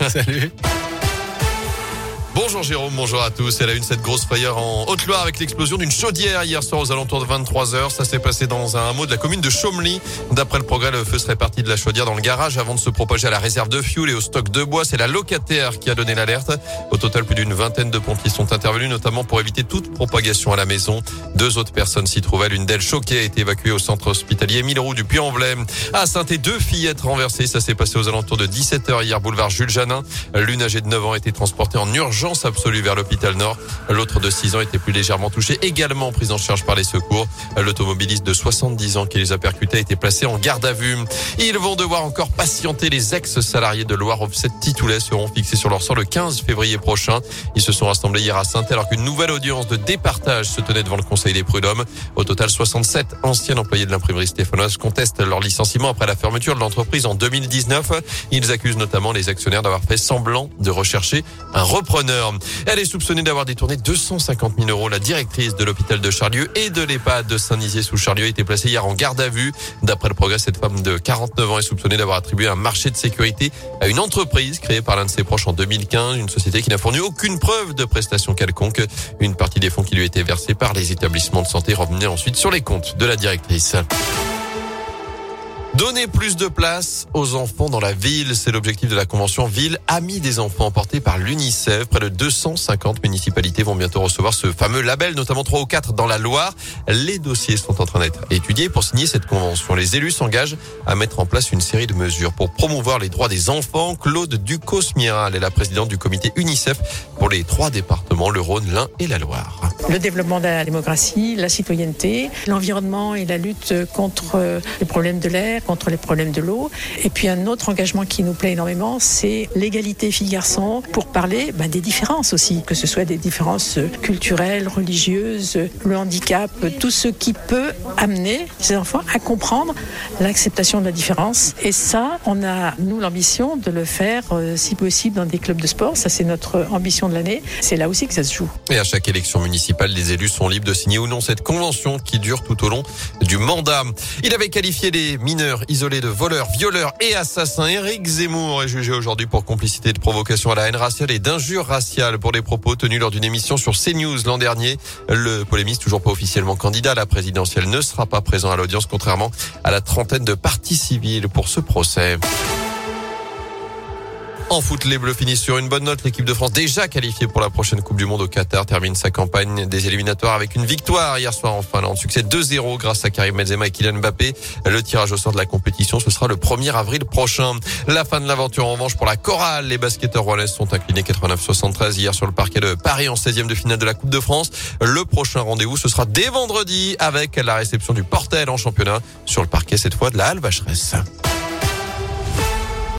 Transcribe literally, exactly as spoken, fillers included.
Salut. Bonjour Jérôme, bonjour à tous. Elle a eu cette grosse frayeur en Haute-Loire avec l'explosion d'une chaudière hier soir aux alentours de vingt-trois heures. Ça s'est passé dans un hameau de la commune de Chomely. D'après le progrès, le feu serait parti de la chaudière dans le garage avant de se propager à la réserve de fioul et au stock de bois. C'est la locataire qui a donné l'alerte. Au total, plus d'une vingtaine de pompiers sont intervenus, notamment pour éviter toute propagation à la maison. Deux autres personnes s'y trouvaient. L'une d'elles, choquée, a été évacuée au centre hospitalier mille roux du Puy-en-Velay. À Saint-Étienne, deux fillettes renversées. Ça s'est passé aux alentours de dix-sept heures hier, boulevard Jules Janin. L'une âgée de neuf ans a été transportée en urgence absolue vers l'hôpital Nord. L'autre de six ans était plus légèrement touchée, également prise en charge par les secours. L'automobiliste de soixante-dix ans qui les a percutés a été placé en garde à vue. Ils vont devoir encore patienter. Les ex-salariés de Loire Offset Titoulet seront fixés sur leur sort le quinze février prochain. Ils se sont rassemblés hier à Saint-Étienne alors qu'une nouvelle audience de départage se tenait devant le Conseil des prud'hommes. Au total, soixante-sept anciens employés de l'imprimerie stéphanoise contestent leur licenciement après la fermeture de l'entreprise en deux mille dix-neuf. Ils accusent notamment les actionnaires d'avoir fait semblant de rechercher un repreneur. Elle est soupçonnée d'avoir détourné deux cent cinquante mille euros. La directrice de l'hôpital de Charlieu et de l'EHPAD de Saint-Nizier-sous-Charlieu a été placée hier en garde à vue. D'après le progrès, cette femme de quarante-neuf ans est soupçonnée d'avoir attribué un marché de sécurité à une entreprise créée par l'un de ses proches en deux mille quinze, une société qui n'a fourni aucune preuve de prestation quelconque. Une partie des fonds qui lui étaient versés par les établissements de santé revenaient ensuite sur les comptes de la directrice. Donner plus de place aux enfants dans la ville, c'est l'objectif de la convention Ville Amis des enfants portée par l'UNICEF. Près de deux cent cinquante municipalités vont bientôt recevoir ce fameux label, notamment trois ou quatre dans la Loire. Les dossiers sont en train d'être étudiés. Pour signer cette convention, les élus s'engagent à mettre en place une série de mesures pour promouvoir les droits des enfants. Claude Ducos-Miral est la présidente du comité UNICEF pour les trois départements, le Rhône, l'Ain et la Loire. Le développement de la démocratie, la citoyenneté, l'environnement et la lutte contre les problèmes de l'air, contre les problèmes de l'eau. Et puis un autre engagement qui nous plaît énormément, c'est l'égalité filles-garçons pour parler ben, des différences aussi, que ce soit des différences culturelles, religieuses, le handicap, tout ce qui peut amener ces enfants à comprendre l'acceptation de la différence. Et ça, on a, nous, l'ambition de le faire, euh, si possible, dans des clubs de sport. Ça, c'est notre ambition de l'année. C'est là aussi que ça se joue. Et à chaque élection municipale, les élus sont libres de signer ou non cette convention qui dure tout au long du mandat. Il avait qualifié les mineurs isolés de voleurs, violeurs et assassins. Éric Zemmour est jugé aujourd'hui pour complicité de provocation à la haine raciale et d'injure raciale pour des propos tenus lors d'une émission sur CNews l'an dernier. Le polémiste, toujours pas officiellement candidat à la présidentielle, ne sera pas présent à l'audience, contrairement à la trentaine de parties civiles pour ce procès. En foot, les Bleus finissent sur une bonne note. L'équipe de France, déjà qualifiée pour la prochaine Coupe du Monde au Qatar, termine sa campagne des éliminatoires avec une victoire hier soir en Finlande. Succès deux zéro grâce à Karim Benzema et Kylian Mbappé. Le tirage au sort de la compétition, ce sera le premier avril prochain. La fin de l'aventure en revanche pour la chorale. Les basketteurs rouennais sont inclinés quatre-vingt-neuf soixante-treize hier sur le parquet de Paris en seizième de finale de la Coupe de France. Le prochain rendez-vous, ce sera dès vendredi avec la réception du Portel en championnat sur le parquet, cette fois de la Halle Vacheresse.